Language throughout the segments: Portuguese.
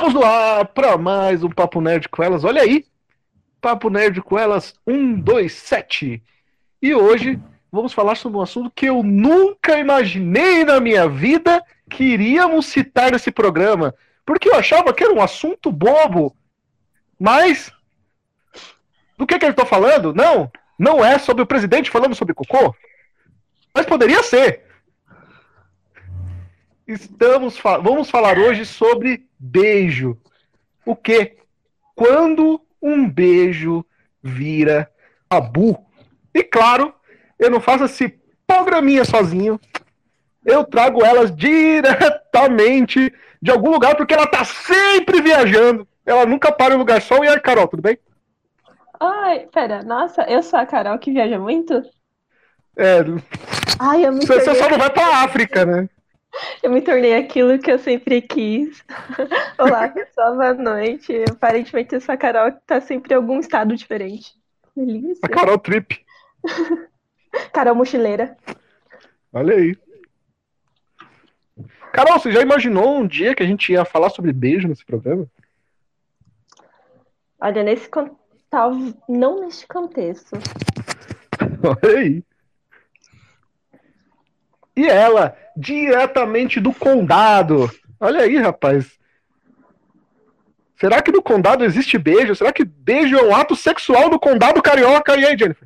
Estamos no ar para mais um Papo Nerd com Elas. Olha aí, Papo Nerd com Elas 127. E hoje vamos falar sobre um assunto que eu nunca imaginei na minha vida que iríamos citar nesse programa. Porque eu achava que era um assunto bobo. Mas, do que ele está falando? Não é sobre o presidente falando sobre cocô. Mas poderia ser. Vamos falar hoje sobre beijo. O quê? Quando um beijo vira tabu. E claro, eu não faço esse programinha sozinho. Eu trago elas diretamente de algum lugar, porque ela tá sempre viajando. Ela nunca para em lugar só. E aí, Carol, tudo bem? Ai, pera, nossa, eu sou a Carol que viaja muito? É, Ai, você só não vai pra África, né? Eu me tornei aquilo que eu sempre quis. Olá, pessoal, boa noite. Aparentemente eu sou a Carol que tá sempre em algum estado diferente. Delícia. A Carol Trip. Carol mochileira. Olha aí. Carol, você já imaginou um dia que a gente ia falar sobre beijo nesse programa? Olha, não neste contexto. Olha aí. E ela, diretamente do condado. Olha aí, rapaz. Será que no condado existe beijo? Será que beijo é um ato sexual do condado carioca? E aí, Jennifer?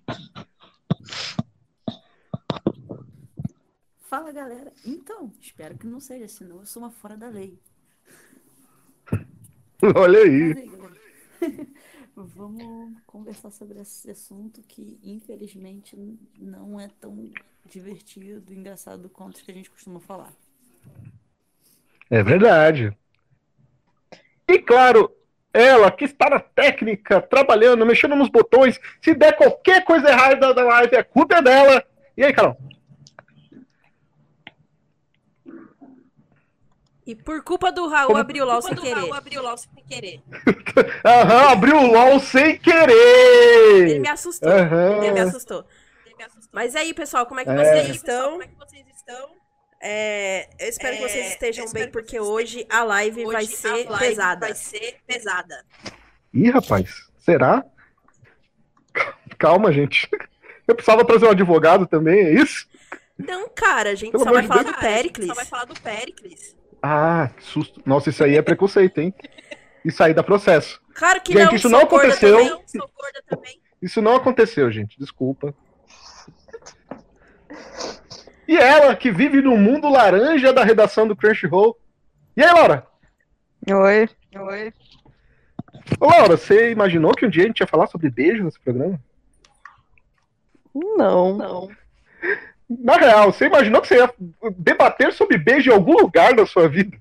Fala, galera. Então, espero que não seja, senão eu sou uma fora da lei. Olha aí. Mas aí, galera, vamos conversar sobre esse assunto que, infelizmente, não é tão divertido e engraçado quanto os que a gente costuma falar. É verdade. E claro, ela que está na técnica, trabalhando, mexendo nos botões. Se der qualquer coisa errada da live, a culpa é dela. E aí, Carol? E por culpa do Raul, abriu o LOL sem querer. Aham, abriu o LOL sem querer. Ele me assustou. Aham. Ele me assustou. Mas aí, pessoal, como é que vocês estão? Eu espero que vocês estejam bem, porque hoje a live vai ser pesada. Ih, rapaz, será? Calma, gente. Eu precisava trazer um advogado também, é isso? Não, cara, a gente Pelo só amor vai de falar Deus. do Péricles. Ah, que susto. Nossa, isso aí é preconceito, hein? Isso aí dá processo. Claro que Gente, não, isso sou não gorda aconteceu. também. Isso não aconteceu, gente. Desculpa. E ela, que vive no mundo laranja da redação do Crunchyroll. E aí, Laura? Oi. Ô, Laura, você imaginou que um dia a gente ia falar sobre beijo nesse programa? Não. Na real, você imaginou que você ia debater sobre beijo em algum lugar da sua vida?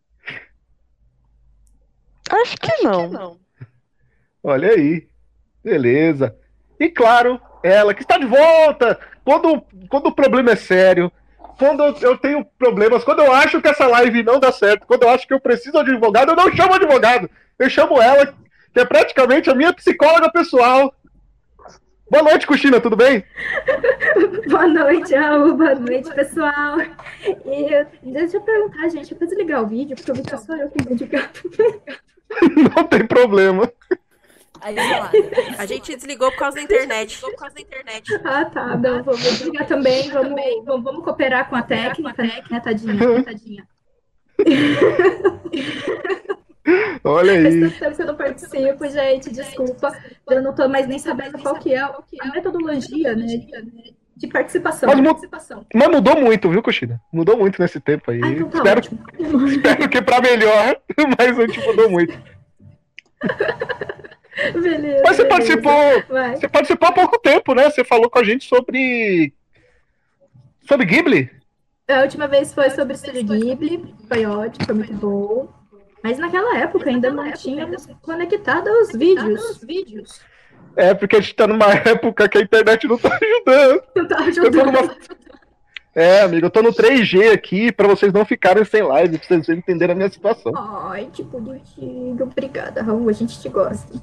Acho que não. Olha aí. Beleza. E claro, ela que está de volta quando o problema é sério, quando eu tenho problemas, quando eu acho que essa live não dá certo, quando eu acho que eu preciso de advogado, eu não chamo advogado. Eu chamo ela, que é praticamente a minha psicóloga pessoal. Boa noite, Cuxina, tudo bem? Boa noite, Raul. Boa noite, pessoal. E deixa eu perguntar, gente, eu vou desligar o vídeo, porque o vídeo é só eu que vou desligar. Não tem problema. Aí, lá, A gente desligou por causa da internet. Ah, tá. Não, vou desligar também. Vamos cooperar com a técnica, né, tadinha. Olha Faz aí. tanto tempo que eu não participo, gente, desculpa. Eu não tô mais nem sabendo qual que é a metodologia, né, de participação. Mas mudou muito, viu, Cuxina? Mudou muito nesse tempo aí. Ah, então tá ótimo. Espero que pra melhor, mas a gente mudou muito. Beleza. Mas Vai. você participou há pouco tempo, né? Você falou com a gente sobre Ghibli. A última vez foi sobre o Estúdio Ghibli, foi ótimo, foi muito bom. Mas naquela época ainda não tínhamos conectado aos vídeos. É, porque a gente tá numa época que a internet não tá ajudando. Não tá Eu tô ajudando. É, amigo, eu tô no 3G aqui pra vocês não ficarem sem live, pra vocês entenderem a minha situação. Ai, que bonitinho. Obrigada, Raul, a gente te gosta.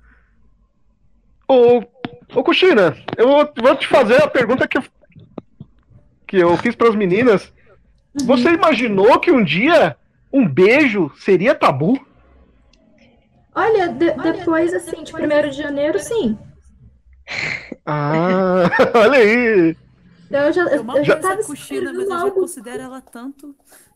Ô Cuxina, eu vou te fazer a pergunta que eu fiz pras meninas. Você imaginou que um dia Um beijo seria tabu? Olha, depois, assim, de 1º de janeiro, sim. Ah, olha aí. Eu já, Eu mal eu já conheço tava a Cuxina, mas esperando eu já algo. considero ela tanto.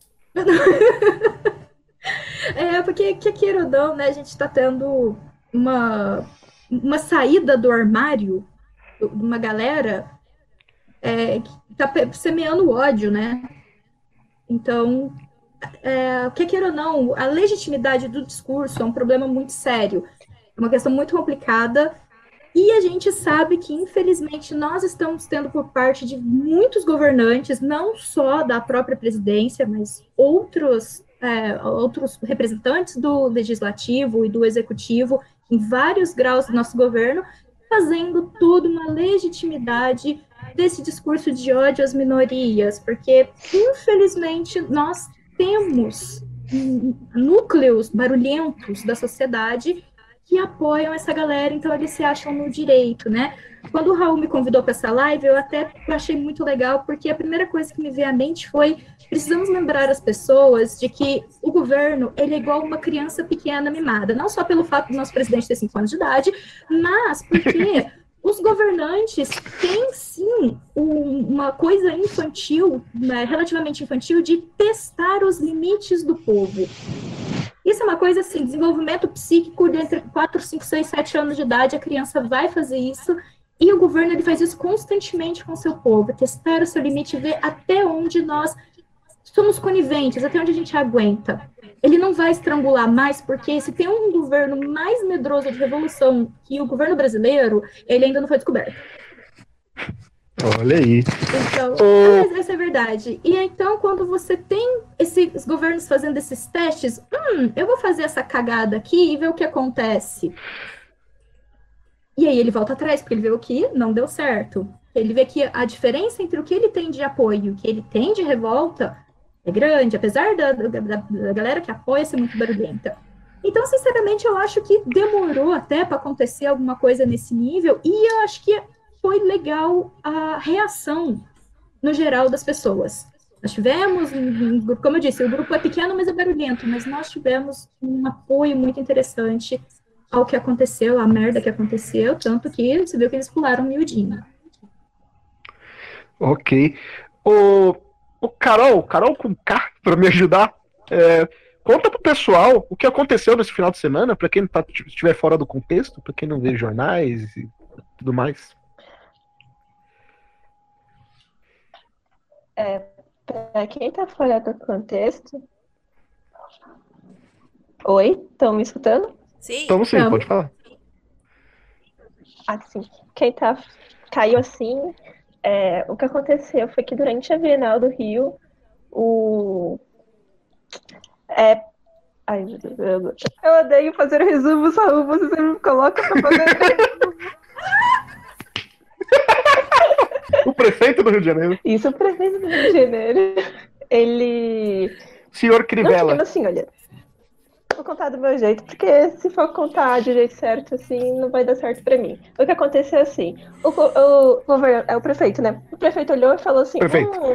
Porque, que queira ou não, né, a gente tá tendo uma saída do armário de uma galera que tá semeando ódio, né? Então, que queira ou não, a legitimidade do discurso é um problema muito sério, é uma questão muito complicada, e a gente sabe que, infelizmente, nós estamos tendo por parte de muitos governantes, não só da própria presidência, mas outros representantes do legislativo e do executivo, em vários graus do nosso governo, fazendo toda uma legitimidade desse discurso de ódio às minorias, porque, infelizmente, nós temos núcleos barulhentos da sociedade que apoiam essa galera, então eles se acham no direito, né? Quando o Raul me convidou para essa live, eu até achei muito legal, porque a primeira coisa que me veio à mente foi: precisamos lembrar as pessoas de que o governo, ele é igual uma criança pequena mimada, não só pelo fato do nosso presidente ter 5 anos de idade, mas porque os governantes têm, sim, uma coisa infantil, né, relativamente infantil, de testar os limites do povo. Isso é uma coisa assim, desenvolvimento psíquico de entre 4, 5, 6, 7 anos de idade, a criança vai fazer isso, e o governo ele faz isso constantemente com o seu povo, testar o seu limite, ver até onde nós somos coniventes, até onde a gente aguenta. Ele não vai estrangular mais, porque se tem um governo mais medroso de revolução que o governo brasileiro, ele ainda não foi descoberto. Olha aí. Então, mas essa é a verdade. E então, quando você tem esses governos fazendo esses testes, eu vou fazer essa cagada aqui e ver o que acontece. E aí ele volta atrás, porque ele vê o que não deu certo. Ele vê que a diferença entre o que ele tem de apoio e o que ele tem de revolta é grande, apesar da galera que apoia ser muito barulhenta. Então, sinceramente, eu acho que demorou até para acontecer alguma coisa nesse nível, e eu acho que foi legal a reação, no geral, das pessoas. Nós tivemos, como eu disse, o grupo é pequeno, mas é barulhento, mas nós tivemos um apoio muito interessante ao que aconteceu, à merda que aconteceu, tanto que você viu que eles pularam miudinho. Ok. O Carol com K, para me ajudar, conta pro pessoal o que aconteceu nesse final de semana, para quem estiver fora do contexto, para quem não vê jornais e tudo mais. Para quem tá fora do contexto... Oi, estão me escutando? Sim. Então sim, pode falar. Assim, quem caiu assim, o que aconteceu foi que durante a Bienal do Rio, ai, meu Deus, eu odeio fazer resumos, Raul, você sempre me coloca pra fazer resumo. O prefeito do Rio de Janeiro. Isso, o prefeito do Rio de Janeiro, ele... Senhor Crivella. Não, assim, olha, vou contar do meu jeito, porque se for contar de jeito certo, assim, não vai dar certo pra mim. O que aconteceu assim, o prefeito, né? O prefeito olhou e falou assim,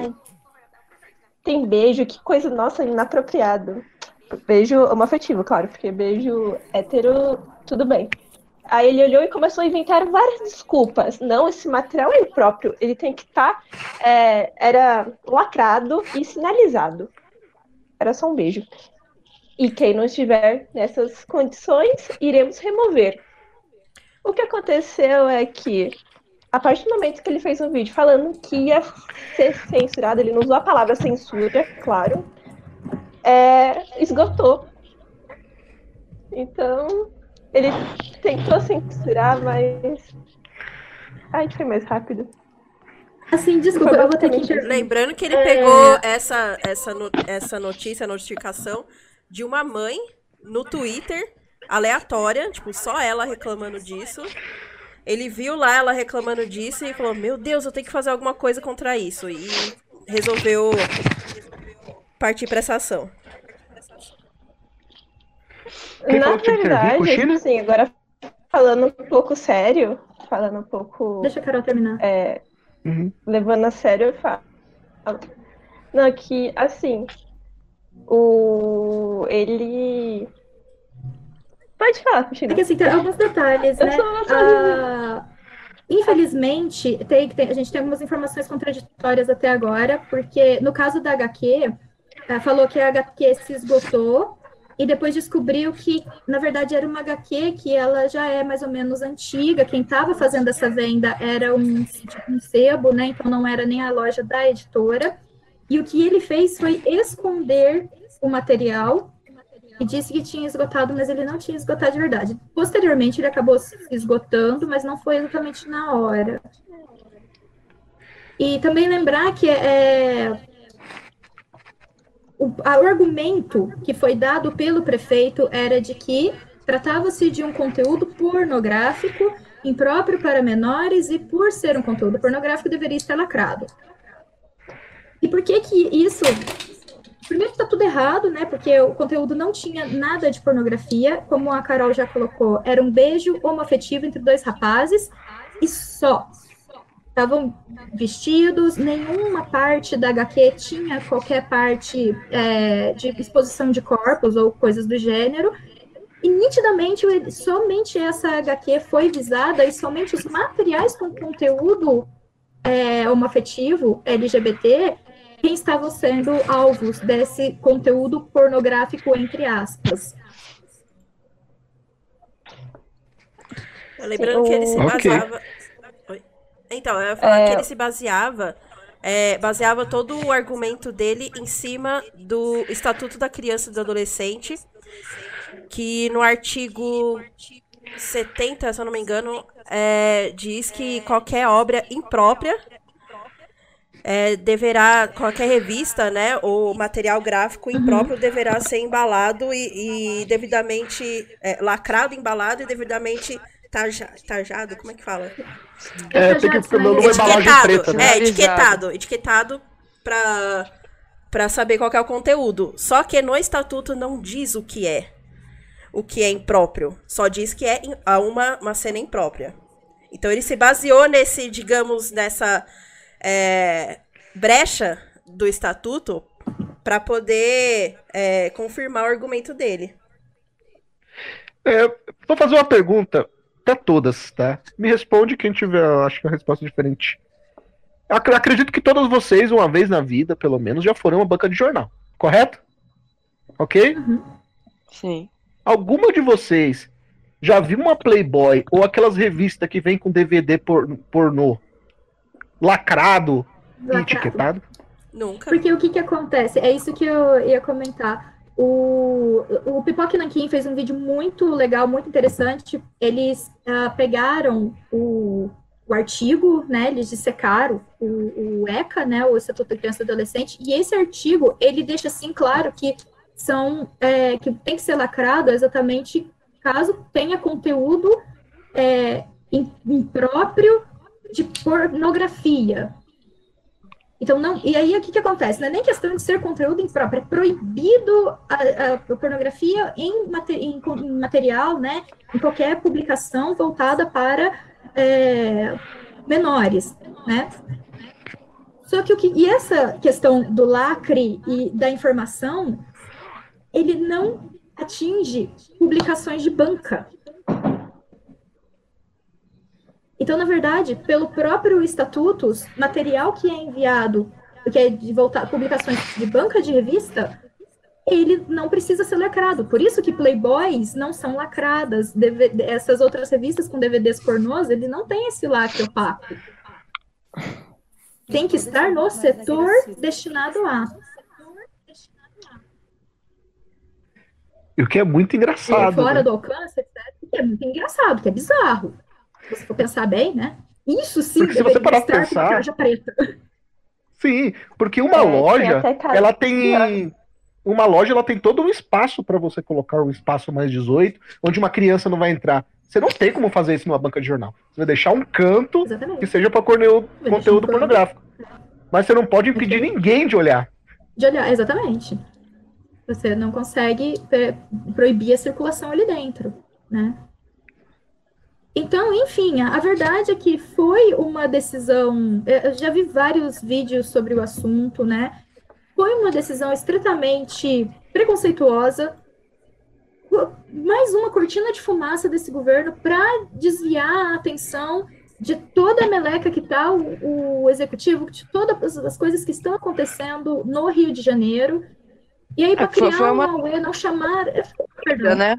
tem beijo, que coisa, nossa, inapropriado. Beijo homoafetivo, claro, porque beijo hétero, tudo bem. Aí ele olhou e começou a inventar várias desculpas. Não, esse material é impróprio, ele tem que estar, era lacrado e sinalizado. Era só um beijo. E quem não estiver nessas condições, iremos remover. O que aconteceu é que, a partir do momento que ele fez um vídeo falando que ia ser censurado, ele não usou a palavra censura, claro, esgotou. Então, ele tentou censurar, mas a gente foi mais rápido. Assim, desculpa, eu vou ter que intervir. Lembrando que ele pegou essa notificação de uma mãe no Twitter, aleatória, tipo, só ela reclamando disso. Ele viu lá ela reclamando disso e falou, meu Deus, eu tenho que fazer alguma coisa contra isso. E resolveu partir pra essa ação. Na verdade, sim, agora falando um pouco sério, Deixa a Carol terminar. Levando a sério, eu falo. Não, que, assim, Ele. Pode falar, É continua. que assim, tem alguns detalhes, Eu né? sou uma Infelizmente, a gente tem algumas informações contraditórias até agora, porque no caso da HQ, falou que a HQ se esgotou e depois descobriu que, na verdade, era uma HQ que ela já é mais ou menos antiga. Quem estava fazendo essa venda era tipo, um sebo, né? Então não era nem a loja da editora. E o que ele fez foi esconder o material e disse que tinha esgotado, mas ele não tinha esgotado de verdade. Posteriormente, ele acabou se esgotando, mas não foi exatamente na hora. E também lembrar que o argumento que foi dado pelo prefeito era de que tratava-se de um conteúdo pornográfico, impróprio para menores, e por ser um conteúdo pornográfico, deveria estar lacrado. E por que isso... Primeiro está tudo errado, né? Porque o conteúdo não tinha nada de pornografia, como a Carol já colocou, era um beijo homoafetivo entre dois rapazes e só. Estavam vestidos, nenhuma parte da HQ tinha qualquer parte de exposição de corpos ou coisas do gênero. E nitidamente, somente essa HQ foi visada e somente os materiais com conteúdo homoafetivo, LGBT, quem estavam sendo alvos desse conteúdo pornográfico, entre aspas. Lembrando que ele se baseava... Oi? Então, eu ia falar que ele se baseava todo o argumento dele em cima do Estatuto da Criança e do Adolescente, que no artigo 70, se eu não me engano, diz que qualquer obra imprópria qualquer revista, né, ou material gráfico impróprio deverá ser embalado e devidamente lacrado, embalado e devidamente tarjado, como é que fala? Tem que ficar numa embalagem preta, né? Etiquetado pra saber qual que é o conteúdo. Só que no estatuto não diz o que é impróprio, só diz que é uma cena imprópria. Então ele se baseou nessa brecha do estatuto para poder confirmar o argumento dele. Vou fazer uma pergunta para todas, tá? Me responde quem tiver, acho que uma resposta diferente. Eu acredito que todas vocês, uma vez na vida, pelo menos, já foram uma banca de jornal, correto? Ok? Sim. Alguma de vocês já viu uma Playboy ou aquelas revistas que vem com DVD pornô lacrado e etiquetado? Nunca. Porque o que acontece? É isso que eu ia comentar. O Pipoca Nanquim fez um vídeo muito legal, muito interessante. Eles pegaram o artigo, né? Eles dissecaram o ECA, né? O Estatuto da Criança e do Adolescente. E esse artigo, ele deixa assim claro que que tem que ser lacrado exatamente caso tenha conteúdo impróprio de pornografia. Então, não. E aí, o que acontece? Não é nem questão de ser conteúdo impróprio, é proibido a pornografia em material, né? Em qualquer publicação voltada para menores, né? Só que e essa questão do lacre e da informação, ele não atinge publicações de banca. Então, na verdade, pelo próprio estatutos, material que é enviado, que é de publicações de banca de revista, ele não precisa ser lacrado. Por isso que Playboys não são lacradas. Essas outras revistas com DVDs pornôs, ele não tem esse lacre opaco. Tem que estar no setor destinado a. E o que é muito engraçado. Fora né? do alcance, etc. Que é muito engraçado, que é bizarro. Se você for pensar bem, né? Isso sim porque se você parar pra estar com uma pensar, tarja preta. Sim, porque uma loja, ela tem... Uma loja, ela tem todo um espaço para você colocar um espaço mais 18, onde uma criança não vai entrar. Você não tem como fazer isso numa banca de jornal. Você vai deixar um canto que seja para conteúdo pornográfico. Mas você não pode impedir ninguém de olhar. De olhar, exatamente. Você não consegue proibir a circulação ali dentro, né? Então, enfim, a verdade é que foi uma decisão... Eu já vi vários vídeos sobre o assunto, né? foi uma decisão estritamente preconceituosa, mais uma cortina de fumaça desse governo para desviar a atenção de toda a meleca que está o executivo, de todas as coisas que estão acontecendo no Rio de Janeiro. E aí, para criar uma auê, não chamar... Perdão, né?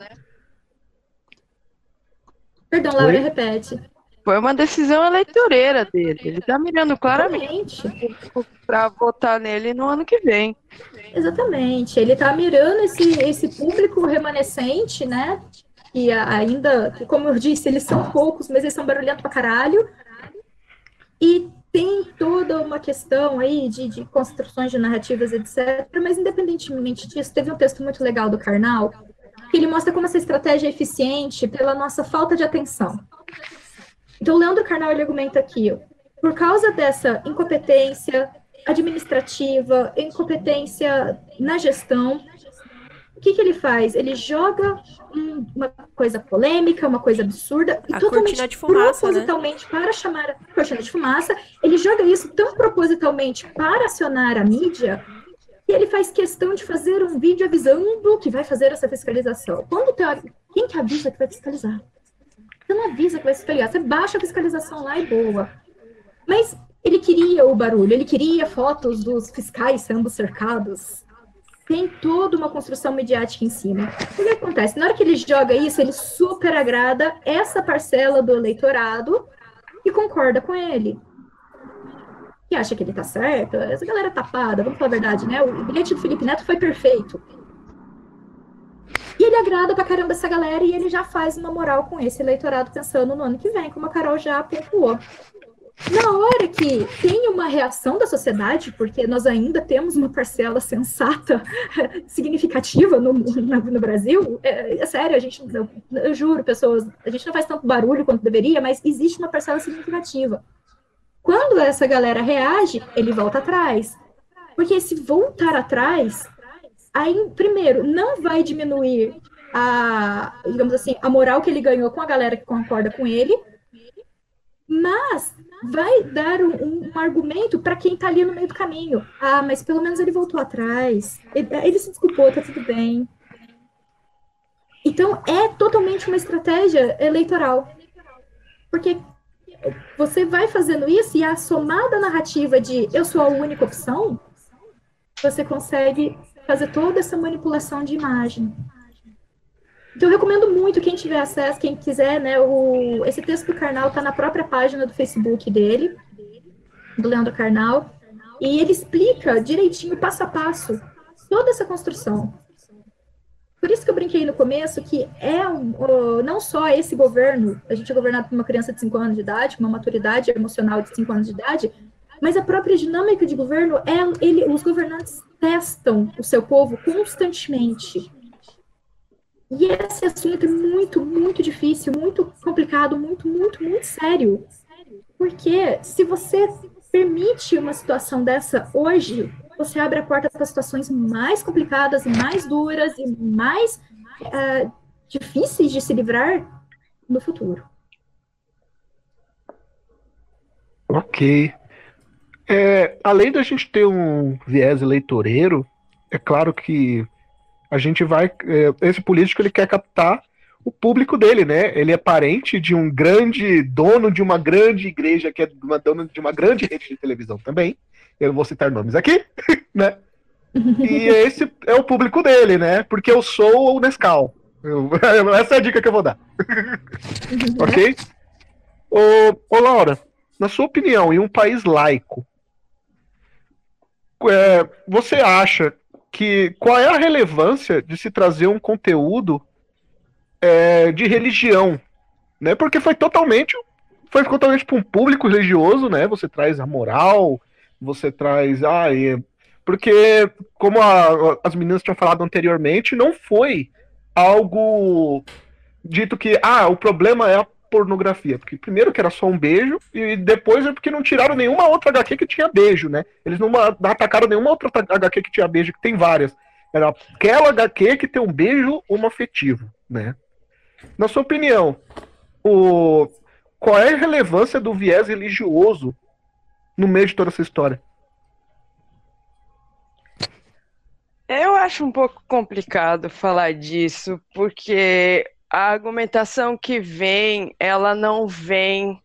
Perdão, Laura, repete. Foi uma decisão eleitoreira dele. Ele está mirando claramente para votar nele no ano que vem. Exatamente. Ele está mirando esse público remanescente, né? E ainda, como eu disse, eles são poucos, mas eles são barulhentos pra caralho. E tem toda uma questão aí de construções de narrativas, etc. Mas, independentemente disso, teve um texto muito legal do Karnal, que ele mostra como essa estratégia é eficiente pela nossa falta de atenção. Então, o Leandro Karnal, ele argumenta aqui, por causa dessa incompetência administrativa, incompetência na gestão, o que ele faz? Ele joga uma coisa polêmica, uma coisa absurda, e totalmente propositalmente, né? Para chamar a cortina de fumaça, ele joga isso tão propositalmente para acionar a mídia, que ele faz questão de fazer um vídeo avisando que vai fazer essa fiscalização. Quem que avisa que vai fiscalizar? Você não avisa que vai fiscalizar, você baixa a fiscalização lá e boa. Mas ele queria o barulho, ele queria fotos dos fiscais sendo cercados. Tem toda uma construção midiática em cima. O que acontece? Na hora que ele joga isso, ele super agrada essa parcela do eleitorado e concorda com ele. Que acha que ele tá certo. Essa galera é tapada, vamos falar a verdade, né? O bilhete do Felipe Neto foi perfeito. E ele agrada pra caramba essa galera e ele já faz uma moral com esse eleitorado pensando no ano que vem, como a Carol já pontuou. Na hora que tem uma reação da sociedade, porque nós ainda temos uma parcela sensata, significativa no Brasil, é sério, eu juro, pessoas, a gente não faz tanto barulho quanto deveria, mas existe uma parcela significativa. Quando essa galera reage, ele volta atrás. Porque esse voltar atrás, aí, primeiro, não vai diminuir digamos assim, a moral que ele ganhou com a galera que concorda com ele, mas vai dar um argumento para quem está ali no meio do caminho. Ah, mas pelo menos ele voltou atrás. Ele se desculpou, tá tudo bem. Então, é totalmente uma estratégia eleitoral. Porque você vai fazendo isso e a somada narrativa de eu sou a única opção, você consegue fazer toda essa manipulação de imagem. Então, eu recomendo muito, quem tiver acesso, quem quiser, né, esse texto do Karnal está na própria página do Facebook dele, do Leandro Karnal, e ele explica direitinho, passo a passo, toda essa construção. Por isso que eu brinquei no começo que não só esse governo, a gente é governado por uma criança de 5 anos de idade, com uma maturidade emocional de 5 anos de idade, mas a própria dinâmica de governo, os governantes testam o seu povo constantemente. E esse assunto é muito, muito difícil, muito complicado, muito, muito, muito sério. Porque se você permite uma situação dessa hoje, você abre a porta para situações mais complicadas, mais duras e mais difíceis de se livrar no futuro. Ok. Além da gente ter um viés eleitoreiro, é claro que a gente vai... esse político, ele quer captar o público dele, né? Ele é parente de um grande dono de uma grande igreja, que é dono de uma grande rede de televisão também. Eu não vou citar nomes aqui, né? E esse é o público dele, né? Porque eu sou o Nescau. Essa é a dica que eu vou dar. Ok? Ô Laura, na sua opinião, em um país laico, você acha que qual é a relevância de se trazer um conteúdo de religião, né? Porque foi totalmente para um público religioso, né? Você traz a moral, você traz porque como as meninas tinham falado anteriormente, não foi algo dito que o problema é a pornografia, porque primeiro que era só um beijo, e depois é porque não tiraram nenhuma outra HQ que tinha beijo, né? Eles não atacaram nenhuma outra HQ que tinha beijo, que tem várias. Era aquela HQ que tem um beijo homoafetivo, né? Na sua opinião, qual é a relevância do viés religioso no meio de toda essa história? acho um pouco complicado falar disso, porque a argumentação que vem, ela não vem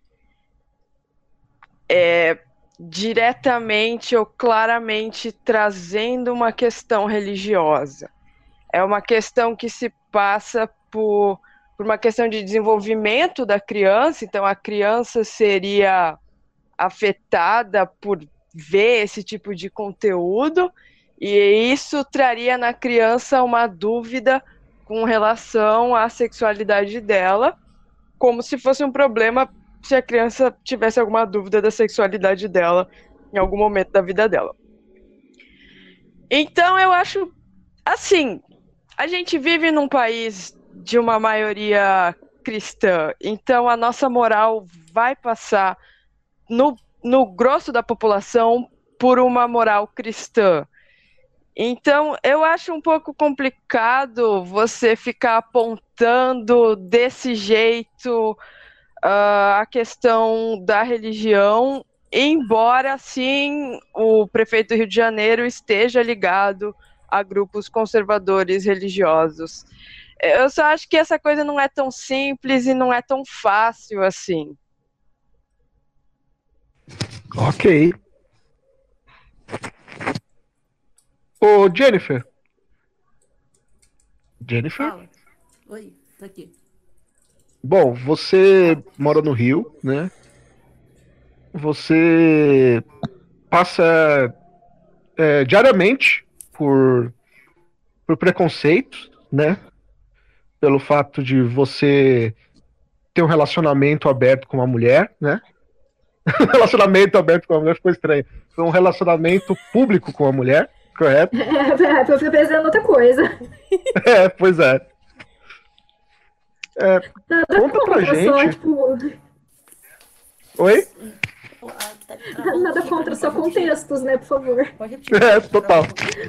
diretamente ou claramente trazendo uma questão religiosa. É uma questão que se passa por uma questão de desenvolvimento da criança, então a criança seria afetada por ver esse tipo de conteúdo, e isso traria na criança uma dúvida com relação à sexualidade dela, como se fosse um problema se a criança tivesse alguma dúvida da sexualidade dela em algum momento da vida dela. Então eu acho, assim, a gente vive num país de uma maioria cristã, então a nossa moral vai passar no grosso da população por uma moral cristã. Então, eu acho um pouco complicado você ficar apontando desse jeito a questão da religião, embora, sim, o prefeito do Rio de Janeiro esteja ligado a grupos conservadores religiosos. Eu só acho que essa coisa não é tão simples e não é tão fácil assim. Ok. Ô, Jennifer. Jennifer? Fala. Oi, tô aqui. Bom, você mora no Rio, né? Você passa diariamente por preconceitos, né? Pelo fato de você ter um relacionamento aberto com uma mulher, né? Relacionamento aberto com uma mulher ficou estranho. Foi um relacionamento público com uma mulher, correto? Eu fui pensando em outra coisa. Pois é. Nada Conta pra contra, gente. só, tipo, Oi? nada contra, só contextos, né, por favor. Pode repetir. Total.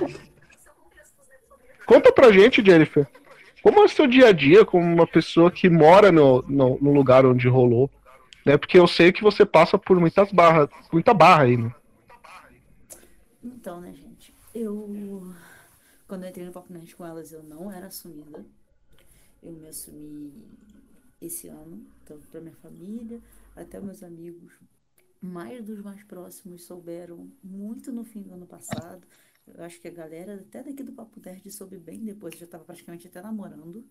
Conta pra gente, Jennifer. Como é o seu dia a dia como uma pessoa que mora no lugar onde rolou? Né? Porque eu sei que você passa por muita barra aí, né? Então, né, gente? Quando eu entrei no Papo Nerd com elas, eu não era assumida. Eu me assumi esse ano, tanto pra minha família, até meus amigos. Mais dos mais próximos souberam muito no fim do ano passado. Eu acho que a galera, até daqui do Papo Nerd, soube bem depois. Eu já estava praticamente até namorando.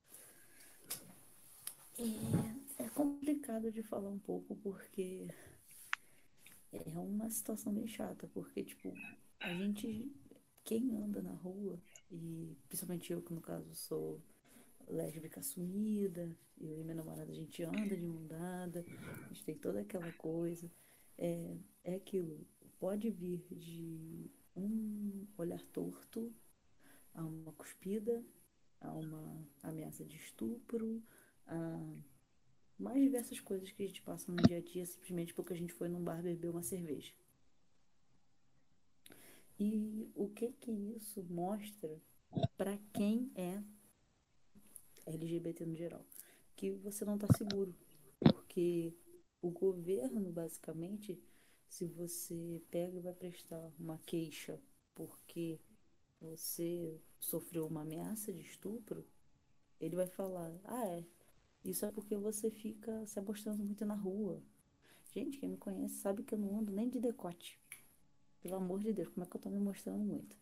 É complicado de falar um pouco, porque é uma situação bem chata. Porque, tipo, quem anda na rua, e principalmente eu, que no caso sou lésbica assumida, eu e minha namorada, a gente anda de mão dada, a gente tem toda aquela coisa. É aquilo, pode vir de um olhar torto a uma cuspida, a uma ameaça de estupro, a mais diversas coisas que a gente passa no dia a dia simplesmente porque a gente foi num bar beber uma cerveja. E o que isso mostra para quem é LGBT no geral? Que você não está seguro, porque o governo, basicamente, se você pega e vai prestar uma queixa porque você sofreu uma ameaça de estupro, ele vai falar, isso é porque você fica se mostrando muito na rua. Gente, quem me conhece sabe que eu não ando nem de decote. Pelo amor de Deus, como é que eu tô me mostrando muito?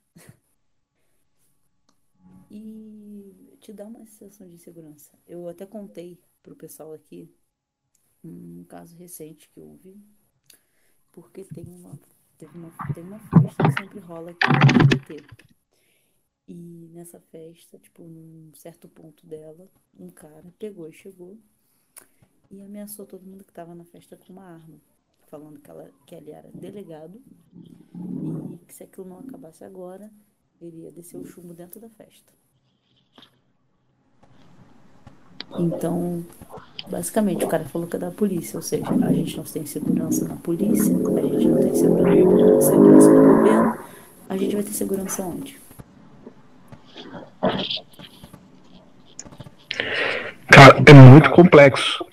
E te dá uma sensação de insegurança. Eu até contei pro pessoal aqui um caso recente que houve, porque tem uma festa que sempre rola aqui no LGBT. E nessa festa, tipo, num certo ponto dela, um cara pegou e chegou e ameaçou todo mundo que tava na festa com uma arma, falando que ele era delegado e que se aquilo não acabasse agora, ele ia descer o chumbo dentro da festa. Então, basicamente, o cara falou que é da polícia, ou seja, a gente não tem segurança na polícia, a gente não tem segurança no governo, a gente vai ter segurança onde? Cara, é muito complexo.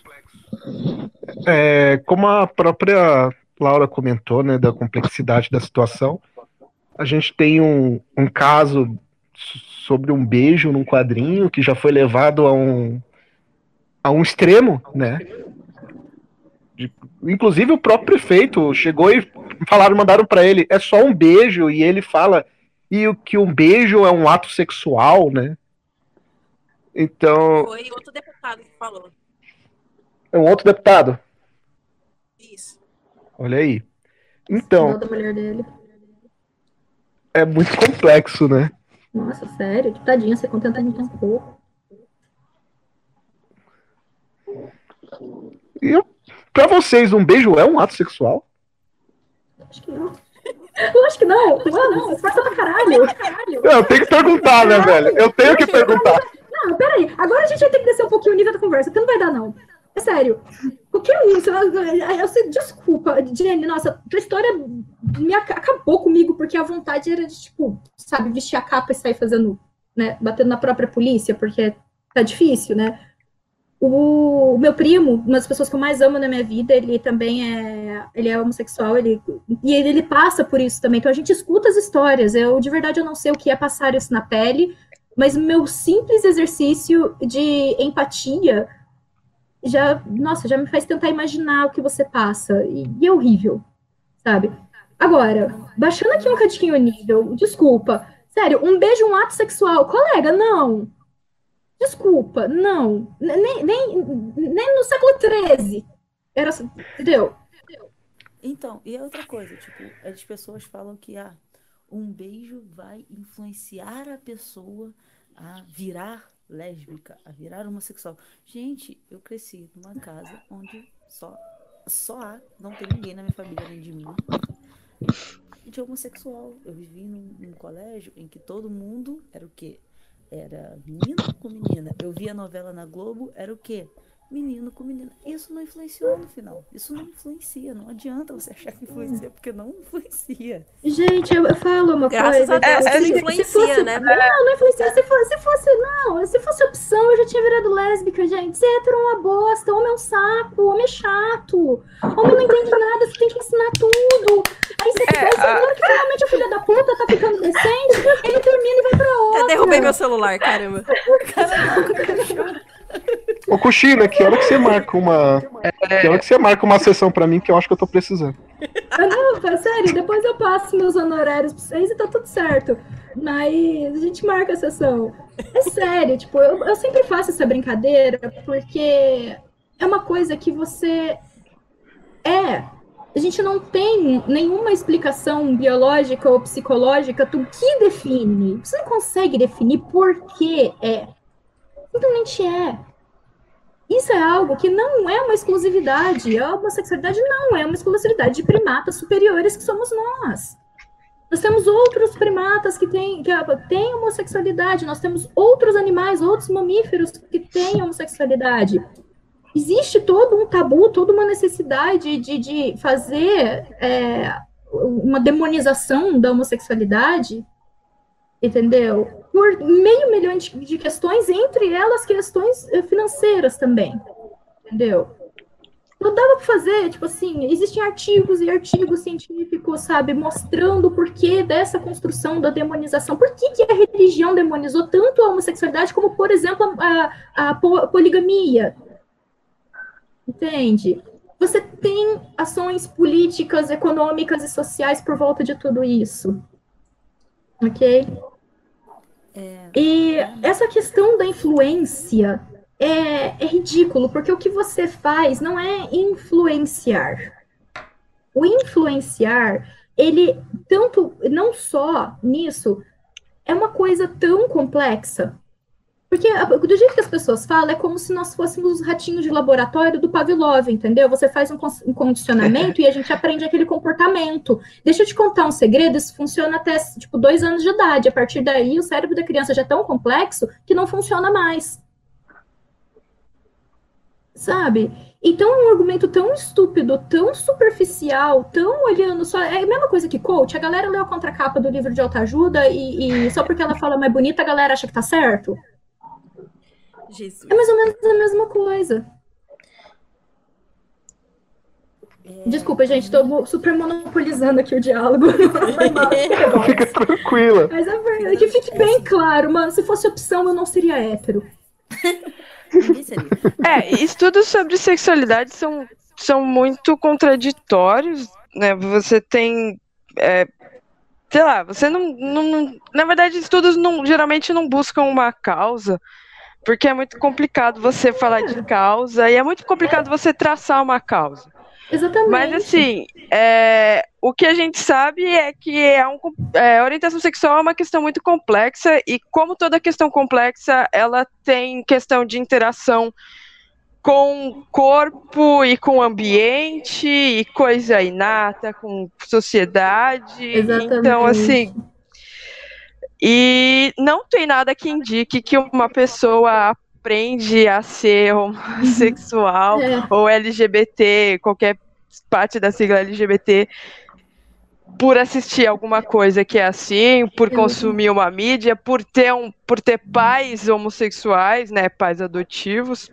Como a própria Laura comentou, né, da complexidade da situação, a gente tem um caso sobre um beijo num quadrinho que já foi levado a um extremo, né? Inclusive o próprio prefeito chegou e mandaram para ele, é só um beijo, e ele fala que um beijo é um ato sexual, né? Então. Foi outro deputado que falou. É um outro deputado? Isso. Olha aí. Então. Da mulher dele. É muito complexo, né? Nossa, sério? Tadinha, você contenta de tão pouco. E pra vocês, um beijo é um ato sexual? Acho que não. Lógico que não. Mano, esforça pra caralho. Eu tenho que perguntar, né, velho? Eu tenho que perguntar. Não, peraí. Agora a gente vai ter que descer um pouquinho o nível da conversa, porque não vai dar, não. É sério. Qualquer um, desculpa, Jenny, nossa, a história acabou comigo, porque a vontade era de, tipo, sabe, vestir a capa e sair fazendo, né, batendo na própria polícia, porque tá difícil, né? O meu primo, uma das pessoas que eu mais amo na minha vida, ele também ele é homossexual, e ele passa por isso também. Então a gente escuta as histórias. De verdade, eu não sei o que é passar isso na pele, mas meu simples exercício de empatia já me faz tentar imaginar o que você passa. E é horrível, sabe? Agora, baixando aqui um cadinho o nível, desculpa. Sério, um beijo, um ato sexual. Colega, não. Desculpa, não. Nem no século XIII. Era, entendeu? Então, e outra coisa, tipo, as pessoas falam que um beijo vai influenciar a pessoa a virar lésbica, a virar homossexual. Gente, eu cresci numa casa onde não tem ninguém na minha família, além de mim, de homossexual. Eu vivi num colégio em que todo mundo era o quê? Era menino com menina. Eu via novela na Globo, era o quê? Menino com menina. Isso não influenciou no final. Isso não influencia. Não adianta você achar que influencia, porque não influencia. Gente, eu falo uma Graças coisa. Graças a Deus, influencia, né? Não influencia. Se fosse opção, eu já tinha virado lésbica, gente. Ser hétero é uma bosta. Homem é um saco. Homem é chato. Homem não entende nada. Você tem que ensinar tudo. Aí você agora que finalmente o filho da puta tá ficando decente, ele termina e vai pra outra. Eu derrubei meu celular, caramba. Ô, Cuxina, que hora que você marca uma. Que hora que você marca uma sessão pra mim que eu acho que eu tô precisando. Não, sério, depois eu passo meus honorários pra vocês e tá tudo certo. Mas a gente marca a sessão. É sério, tipo, eu sempre faço essa brincadeira porque é uma coisa que você a gente não tem nenhuma explicação biológica ou psicológica do que define. Você não consegue definir por que é. Simplesmente é. Isso é algo que não é uma exclusividade. A homossexualidade não é uma exclusividade de primatas superiores que somos nós. Nós temos outros primatas que têm homossexualidade. Nós temos outros animais, outros mamíferos que têm homossexualidade. Existe todo um tabu, toda uma necessidade de fazer uma demonização da homossexualidade, entendeu? Por 500 milhões de questões, entre elas questões financeiras também, entendeu? Não dava para fazer, tipo assim, existem artigos e artigos científicos, sabe, mostrando o porquê dessa construção da demonização. Por que a religião demonizou tanto a homossexualidade como, por exemplo, a poligamia? Entende? Você tem ações políticas, econômicas e sociais por volta de tudo isso. Ok? E essa questão da influência é ridículo, porque o que você faz não é influenciar. O influenciar, ele, não só nisso, é uma coisa tão complexa. Porque do jeito que as pessoas falam, é como se nós fôssemos os ratinhos de laboratório do Pavlov, entendeu? Você faz um condicionamento e a gente aprende aquele comportamento. Deixa eu te contar um segredo, isso funciona até, 2 anos de idade. A partir daí, o cérebro da criança já é tão complexo que não funciona mais. Sabe? Então, é um argumento tão estúpido, tão superficial, tão olhando só... É a mesma coisa que coach. A galera leu a contracapa do livro de autoajuda e só porque ela fala mais bonita, a galera acha que tá certo. Jesus. É mais ou menos a mesma coisa. Desculpa, gente, tô super monopolizando aqui o diálogo. Foi mal. Fica tranquila. Mas é verdade, que fique bem claro, mano. Se fosse opção, eu não seria hétero. Ninguém seria. Estudos sobre sexualidade são muito contraditórios, né? Você tem, sei lá, você na verdade, estudos geralmente não buscam uma causa, porque é muito complicado você falar de causa e é muito complicado você traçar uma causa. Exatamente. Mas assim, o que a gente sabe é que a orientação sexual é uma questão muito complexa e como toda questão complexa, ela tem questão de interação com o corpo e com o ambiente e coisa inata, com sociedade. Exatamente. Então, assim, e não tem nada que indique que uma pessoa aprende a ser homossexual ou LGBT, qualquer parte da sigla LGBT, por assistir alguma coisa que é assim, por consumir uma mídia, por ter pais homossexuais, né, pais adotivos.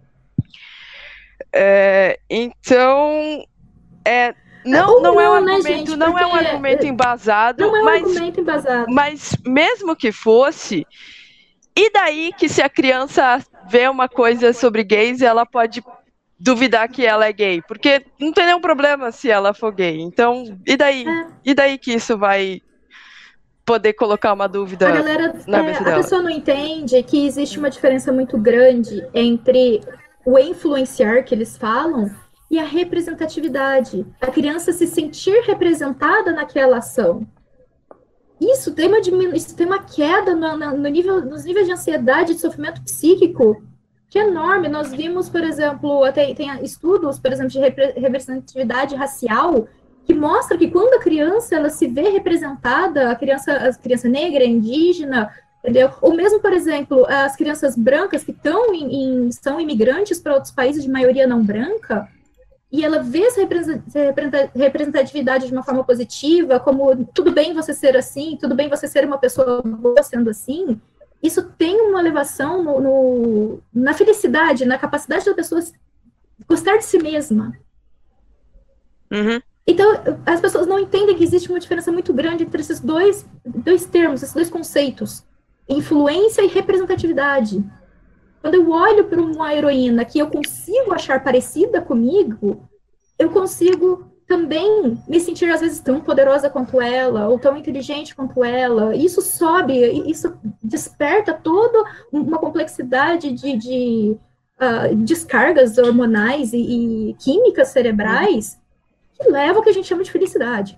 Então, não é um argumento, né, gente? não é um argumento embasado, não é um argumento embasado. Mas mesmo que fosse, e daí que se a criança vê uma coisa sobre gays, ela pode duvidar que ela é gay? Porque não tem nenhum problema se ela for gay. Então, e daí? E daí que isso vai poder colocar uma dúvida na mente dela? A pessoa não entende que existe uma diferença muito grande entre o influenciar que eles falam e a representatividade. A criança se sentir representada naquela ação. Isso tem uma queda nos níveis de ansiedade e de sofrimento psíquico que é enorme. Nós vimos, por exemplo, tem estudos, por exemplo, de representatividade racial que mostra que quando a criança ela se vê representada, a criança negra, indígena, entendeu? Ou mesmo, por exemplo, as crianças brancas que são imigrantes para outros países de maioria não branca, e ela vê essa representatividade de uma forma positiva, como tudo bem você ser assim, tudo bem você ser uma pessoa boa sendo assim, isso tem uma elevação na felicidade, na capacidade da pessoa gostar de si mesma. Uhum. Então, as pessoas não entendem que existe uma diferença muito grande entre esses dois termos, esses dois conceitos, influência e representatividade. Quando eu olho para uma heroína que eu consigo achar parecida comigo, eu consigo também me sentir, às vezes, tão poderosa quanto ela, ou tão inteligente quanto ela. Isso sobe, isso desperta toda uma complexidade de descargas hormonais e químicas cerebrais que levam ao que a gente chama de felicidade.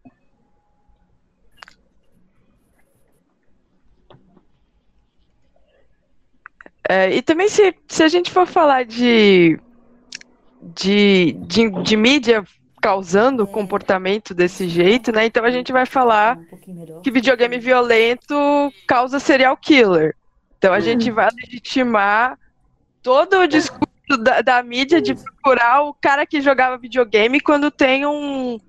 E também se a gente for falar de mídia causando comportamento desse jeito, né? Então a gente vai falar que videogame violento causa serial killer. Então a gente vai legitimar todo o discurso da mídia de procurar o cara que jogava videogame quando tem um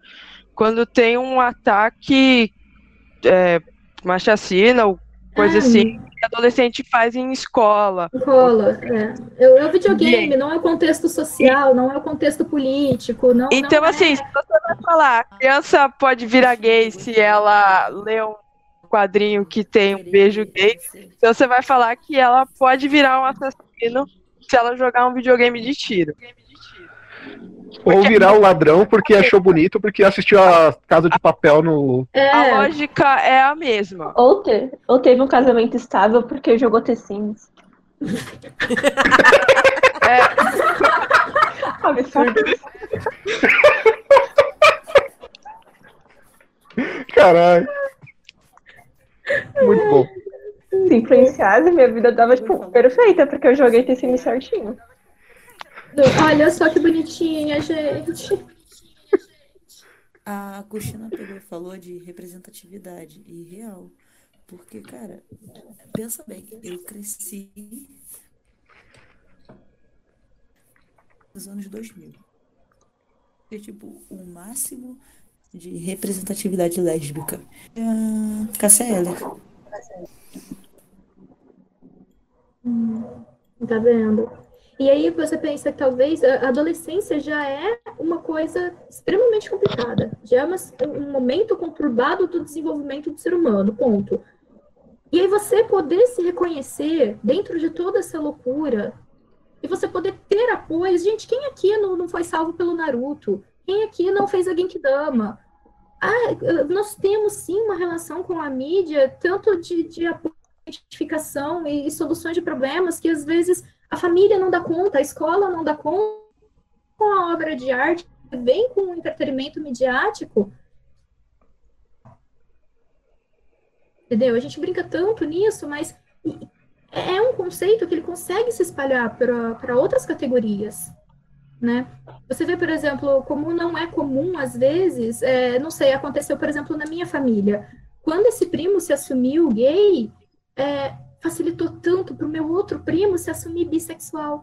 ataque, uma chacina ou coisa assim que adolescente faz em escola. É o videogame, não é o contexto social, não é o contexto político. Então, assim, se você vai falar, a criança pode virar gay se ela lê um quadrinho que tem um beijo gay, então você vai falar que ela pode virar um assassino se ela jogar um videogame de tiro. Ou virar um ladrão porque achou bonito, porque assistiu a Casa de Papel no... A lógica é a mesma. Ou teve um casamento estável porque jogou The Sims. Absurdo. Caralho. Muito bom. Se influenciasse, minha vida tava, perfeita, porque eu joguei The Sims certinho. Olha só que bonitinha, gente. A Cristina falou de representatividade e real. Porque, cara, pensa bem, eu cresci nos anos 2000. E, tipo, o máximo de representatividade lésbica é a Cássia Eller. Tá vendo? E aí você pensa que talvez a adolescência já é uma coisa extremamente complicada, já é um momento conturbado do desenvolvimento do ser humano, ponto. E aí você poder se reconhecer dentro de toda essa loucura, e você poder ter apoio. Gente, quem aqui não foi salvo pelo Naruto? Quem aqui não fez a Genkidama? Nós temos sim uma relação com a mídia, tanto de apoio, identificação e soluções de problemas, que às vezes a família não dá conta, a escola não dá conta, com a obra de arte, vem com o entretenimento midiático. Entendeu? A gente brinca tanto nisso, mas é um conceito que ele consegue se espalhar para outras categorias, né? Você vê, por exemplo, como não é comum, às vezes, não sei, aconteceu, por exemplo, na minha família. Quando esse primo se assumiu gay, facilitou tanto para o meu outro primo se assumir bissexual.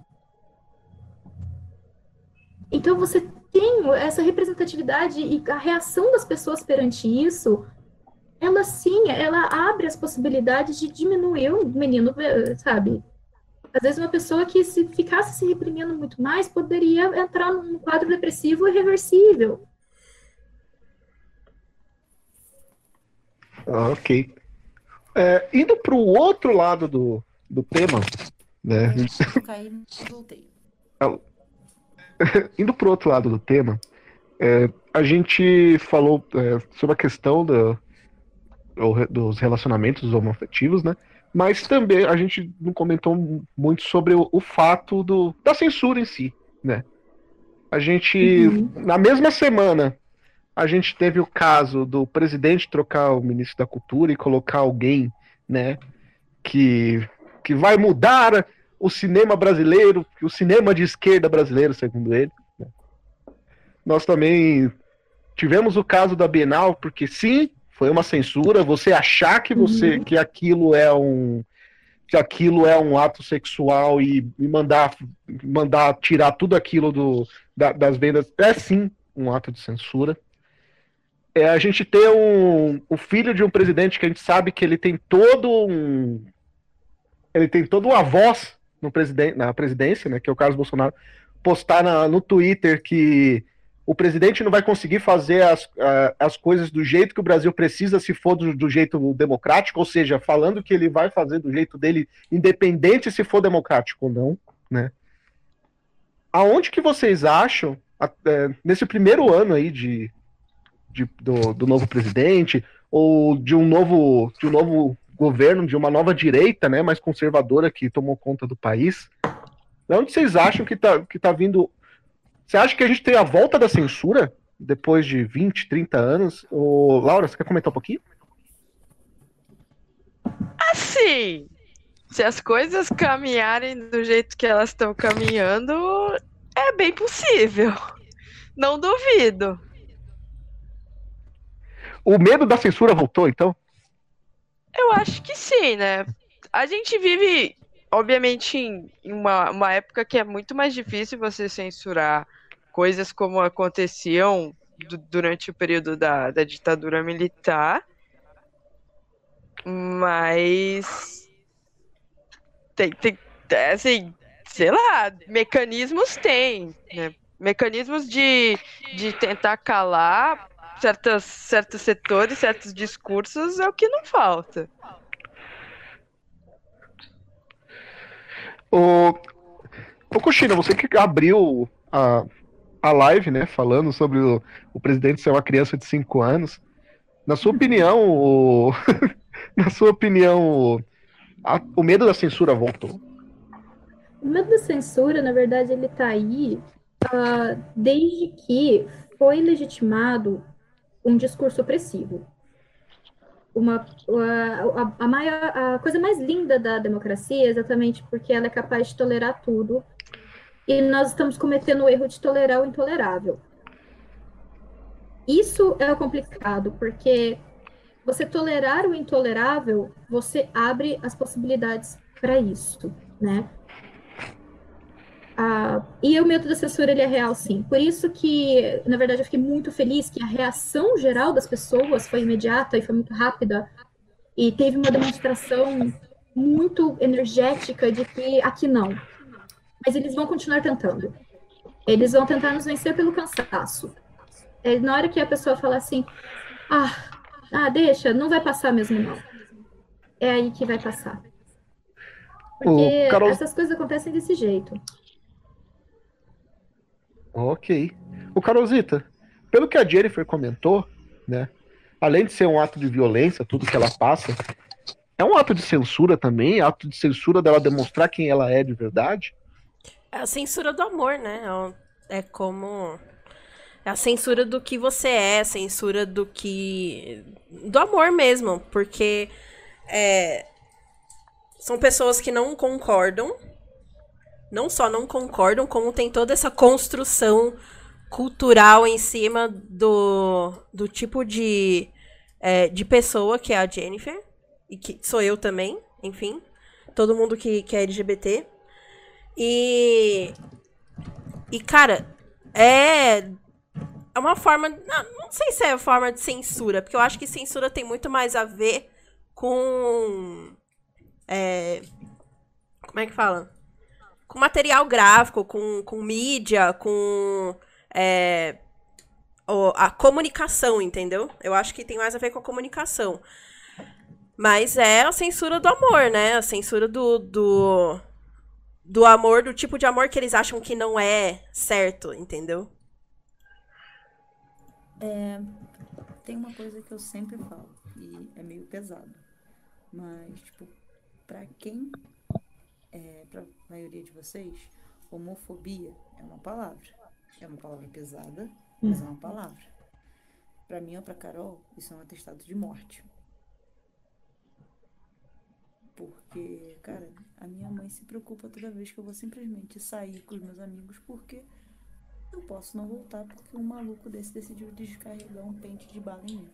Então, você tem essa representatividade e a reação das pessoas perante isso, ela sim, ela abre as possibilidades de diminuir o menino, sabe? Às vezes uma pessoa que se ficasse se reprimindo muito mais poderia entrar num quadro depressivo irreversível. Ok. Indo para o outro lado do tema, né? Eu caí e voltei. Indo para o outro lado do tema, a gente falou sobre a questão dos relacionamentos homoafetivos, né? Mas também a gente não comentou muito sobre o fato da censura em si, né? A gente, na mesma semana, a gente teve o caso do presidente trocar o ministro da Cultura e colocar alguém, né, que vai mudar o cinema brasileiro, o cinema de esquerda brasileiro, segundo ele. Né? Nós também tivemos o caso da Bienal, porque sim, foi uma censura. Você achar que que aquilo é um ato sexual e mandar tirar tudo aquilo das vendas é sim um ato de censura. A gente ter o filho de um presidente que a gente sabe que ele tem toda uma voz na presidência, né, que é o Carlos Bolsonaro, postar no Twitter que o presidente não vai conseguir fazer as coisas do jeito que o Brasil precisa se for do jeito democrático, ou seja, falando que ele vai fazer do jeito dele, independente se for democrático ou não, né? Aonde que vocês acham, nesse primeiro ano aí do novo presidente, ou de um novo governo, de uma nova direita, né, mais conservadora que tomou conta do país, de onde vocês acham que tá vindo? Você acha que a gente tem a volta da censura depois de 20, 30 anos? Laura, você quer comentar um pouquinho? Assim, se as coisas caminharem do jeito que elas estão caminhando, é bem possível. Não duvido. O medo da censura voltou, então? Eu acho que sim, né? A gente vive, obviamente, em uma época que é muito mais difícil você censurar coisas como aconteciam durante o período da ditadura militar, mas tem assim, sei lá, mecanismos tem, né? Mecanismos de tentar calar certos setores, certos discursos é o que não falta. Ô Cochina, você que abriu a live, né, falando sobre o presidente ser uma criança de 5 anos, na sua opinião, o medo da censura voltou? O medo da censura, na verdade, ele está aí desde que foi legitimado um discurso opressivo. A coisa mais linda da democracia é exatamente porque ela é capaz de tolerar tudo, e nós estamos cometendo o erro de tolerar o intolerável. Isso é o complicado, porque você tolerar o intolerável, você abre as possibilidades para isso, né? E o medo da censura, ele é real, sim. Por isso que, na verdade, eu fiquei muito feliz que a reação geral das pessoas foi imediata e foi muito rápida, e teve uma demonstração muito energética de que aqui não. mas eles vão continuar tentando. Eles vão tentar nos vencer pelo cansaço. Na hora que a pessoa fala assim, deixa, não vai passar mesmo não. É aí que vai passar. Porque essas coisas acontecem desse jeito. Ok. O Carolzita, pelo que a Jennifer comentou, né? Além de ser um ato de violência, tudo que ela passa, é um ato de censura também, ato de censura dela demonstrar quem ela é de verdade. É a censura do amor, né? É como... É a censura do que você é, a censura do amor mesmo, porque são pessoas que não concordam, não só não concordam, como tem toda essa construção cultural em cima do tipo de pessoa que é a Jennifer, e que sou eu também, enfim, todo mundo que é LGBT. E cara, é uma forma, não sei se é forma de censura, porque eu acho que censura tem muito mais a ver com como é que fala? Com material gráfico, com mídia, com a comunicação, entendeu? Eu acho que tem mais a ver com a comunicação. Mas é a censura do amor, né? A censura do amor, do tipo de amor que eles acham que não é certo, entendeu? Tem uma coisa que eu sempre falo, e é meio pesado, mas, tipo, pra maioria de vocês, homofobia é uma palavra. É uma palavra pesada, mas é uma palavra. Pra mim ou pra Carol, isso é um atestado de morte. Porque, cara, a minha mãe se preocupa toda vez que eu vou simplesmente sair com os meus amigos, porque eu posso não voltar porque um maluco desse decidiu descarregar um pente de bala em mim.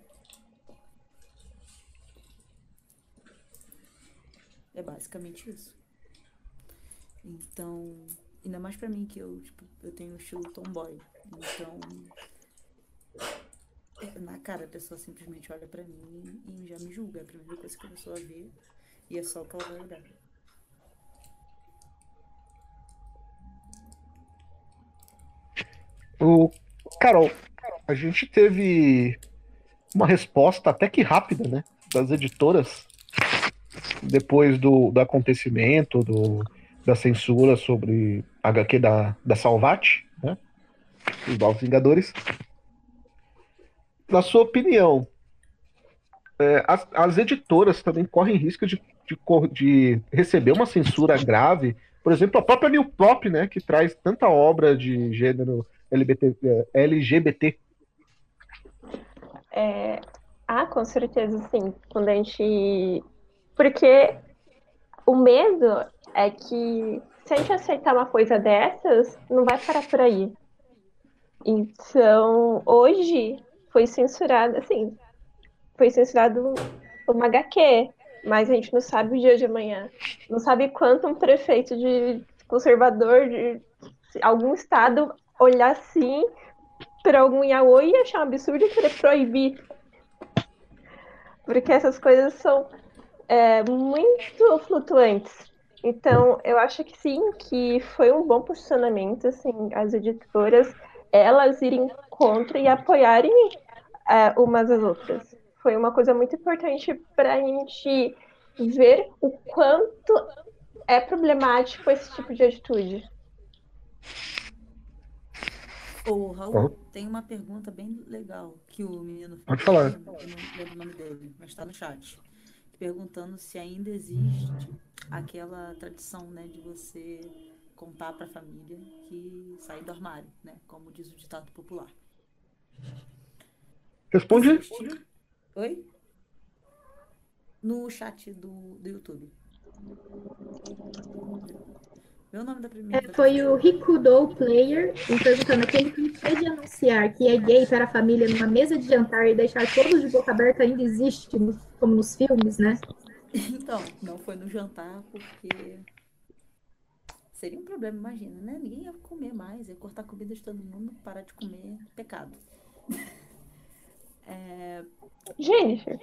É basicamente isso. Então, ainda mais pra mim que eu tenho um estilo tomboy. Então, na cara a pessoa simplesmente olha pra mim e já me julga. É a primeira coisa que a pessoa vê e é só o que ela vai olhar. Carol, a gente teve uma resposta até que rápida, né? Das editoras depois do acontecimento, da censura sobre a HQ da Salvat, né? Os Novos Vingadores. Na sua opinião, as editoras também correm risco de receber uma censura grave? Por exemplo, a própria New Pop, né? Que traz tanta obra de gênero LGBT. Com certeza, sim. Quando a gente... Porque o medo é que se a gente aceitar uma coisa dessas, não vai parar por aí. Então, hoje foi censurado, assim, foi censurado uma HQ, mas a gente não sabe o dia de amanhã. Não sabe quanto um prefeito de conservador de algum estado olhar assim para algum yaoi e achar um absurdo e querer proibir. Porque essas coisas são muito flutuantes. Então, eu acho que sim, que foi um bom posicionamento, assim, as editoras, elas irem contra e apoiarem umas às outras. Foi uma coisa muito importante para a gente ver o quanto é problemático esse tipo de atitude. Ô, Raul, tem uma pergunta bem legal que o menino fez. Pode falar. Eu não lembro o nome dele, mas está no chat. Perguntando se ainda existe aquela tradição, né, de você contar para a família que sair do armário, né, como diz o ditado popular. Responde. Existe? Oi? No chat do YouTube. Vê o nome da primeira. Foi o Rikudo Player perguntando: aquele que pode anunciar que é gay para a família numa mesa de jantar e deixar todos de boca aberta ainda existe, como nos filmes, né? Então, não foi no jantar porque seria um problema, imagina, né? Ninguém ia comer mais, ia cortar a comida de todo mundo, parar de comer, pecado. Jennifer,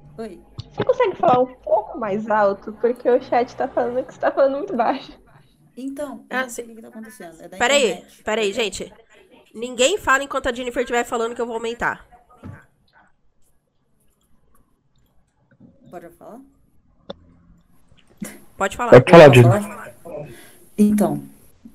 Oi? você consegue falar um pouco mais alto? Porque o chat tá falando que você tá falando muito baixo. Então, eu Ah, não sei sim. o que tá acontecendo. É da Peraí, internet. peraí, gente. Ninguém fala enquanto a Jennifer estiver falando que eu vou aumentar. Pode falar? Pode falar. Pode falar, Posso Jenny. falar? Então,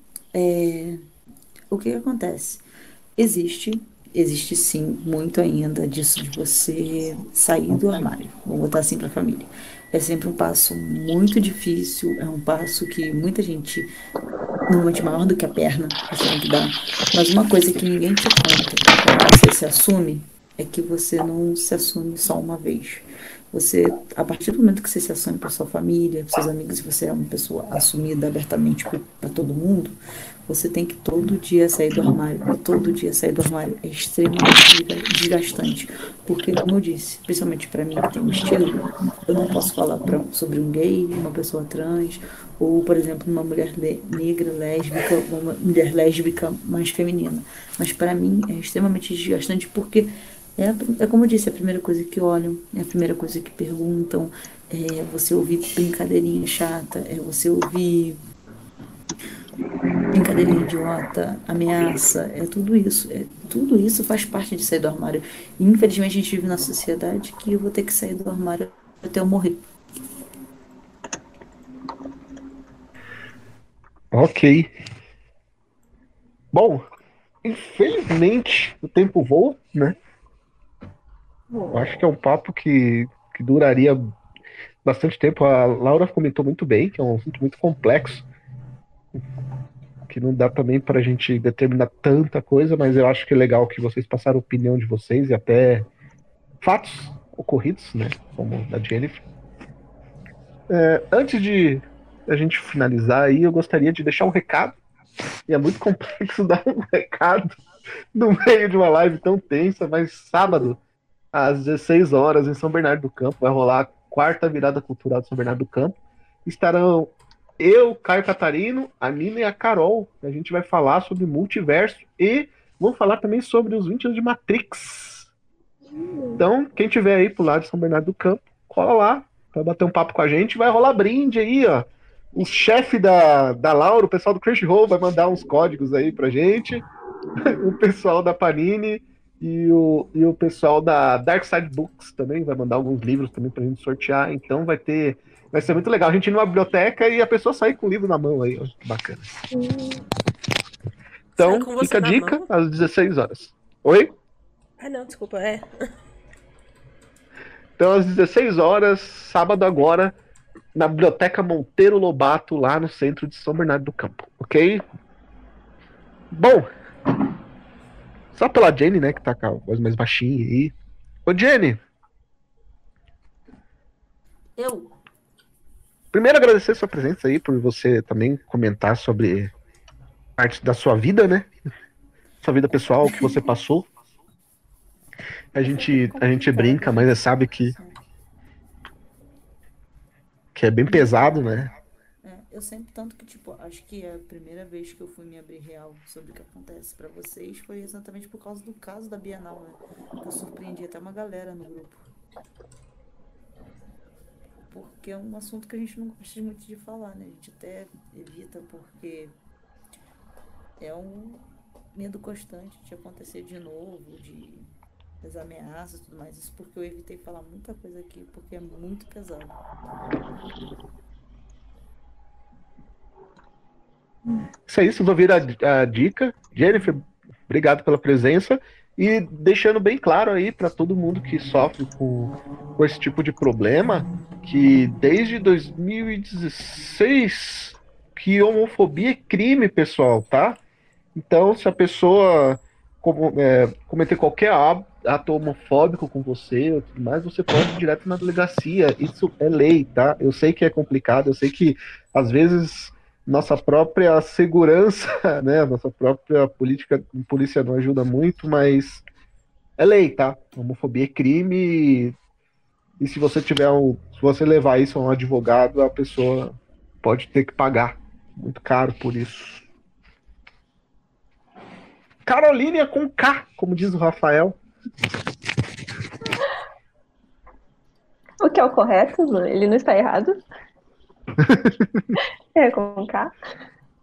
o que que acontece? Existe sim, muito ainda disso de você sair do armário. Vou botar assim para a família. É sempre um passo muito difícil, é um passo que muita gente, normalmente maior do que a perna, você tem que dar. Mas uma coisa que ninguém te conta quando você se assume é que você não se assume só uma vez. Você, a partir do momento que você se assume para sua família, para seus amigos, e você é uma pessoa assumida abertamente para todo mundo, você tem que todo dia sair do armário. E todo dia sair do armário é extremamente desgastante. Porque, como eu disse, principalmente para mim que tem um estilo, eu não posso falar sobre um gay, uma pessoa trans, ou, por exemplo, uma mulher negra, lésbica, uma mulher lésbica mais feminina. Mas para mim é extremamente desgastante porque é como eu disse, é a primeira coisa que olham, é a primeira coisa que perguntam, é você ouvir brincadeirinha chata, é você ouvir brincadeirinha idiota, ameaça, é tudo isso. Tudo isso faz parte de sair do armário. E infelizmente a gente vive na sociedade que eu vou ter que sair do armário até eu morrer. Ok. Bom, infelizmente o tempo voa, né? Eu acho que é um papo que duraria bastante tempo. A Laura comentou muito bem, que é um assunto muito complexo, que não dá também para a gente determinar tanta coisa, mas eu acho que é legal que vocês passaram a opinião de vocês e até fatos ocorridos, né? Como da Jennifer. Antes de a gente finalizar aí, eu gostaria de deixar um recado, e é muito complexo dar um recado no meio de uma live tão tensa, mas sábado, às 16 horas, em São Bernardo do Campo, vai rolar a quarta virada cultural de São Bernardo do Campo. Estarão eu, Caio Catarino, a Nina e a Carol. A gente vai falar sobre multiverso e vamos falar também sobre os 20 anos de Matrix. Então, quem tiver aí pro lado de São Bernardo do Campo, cola lá, vai bater um papo com a gente, vai rolar brinde aí, ó. O chefe da Laura, o pessoal do Crunchyroll vai mandar uns códigos aí pra gente. O pessoal da Panini e o pessoal da Dark Side Books também vai mandar alguns livros também pra gente sortear. Então vai ser muito legal. A gente ir numa biblioteca e a pessoa sair com o livro na mão aí. Ó, que bacana. Então, Sai com você fica a na dica, mão. às 16 horas. Oi? Ah, não, desculpa. Então, às 16 horas, sábado agora, na Biblioteca Monteiro Lobato, lá no centro de São Bernardo do Campo. Ok? Bom, só pela Jenny, né, que tá com a voz mais baixinha aí. Ô, Jenny, Eu? primeiro agradecer sua presença aí, por você também comentar sobre parte da sua vida, né? Sua vida pessoal, o que você passou. A gente brinca, mas você sabe que é bem pesado, né? Eu sempre, tanto que, tipo, acho que a primeira vez que eu fui me abrir real sobre o que acontece pra vocês foi exatamente por causa do caso da Bienal, né? Que eu surpreendi até uma galera no grupo. Porque é um assunto que a gente não gosta muito de falar, né? A gente até evita porque é um medo constante de acontecer de novo, das ameaças e tudo mais. Isso porque eu evitei falar muita coisa aqui, porque é muito pesado. Isso aí, vocês ouviram a dica. Jennifer, obrigado pela presença. E deixando bem claro aí para todo mundo que sofre com esse tipo de problema, que desde 2016 que homofobia é crime, pessoal, tá? Então, se a pessoa cometer qualquer ato homofóbico com você ou tudo mais, você pode ir direto na delegacia. Isso é lei, tá? Eu sei que é complicado, eu sei que às vezes nossa própria segurança, né, nossa própria polícia não ajuda muito, mas é lei, tá? Homofobia é crime e se você se você levar isso a um advogado, a pessoa pode ter que pagar muito caro por isso. Carolina com K, como diz o Rafael. O que é o correto, ele não está errado. É com K.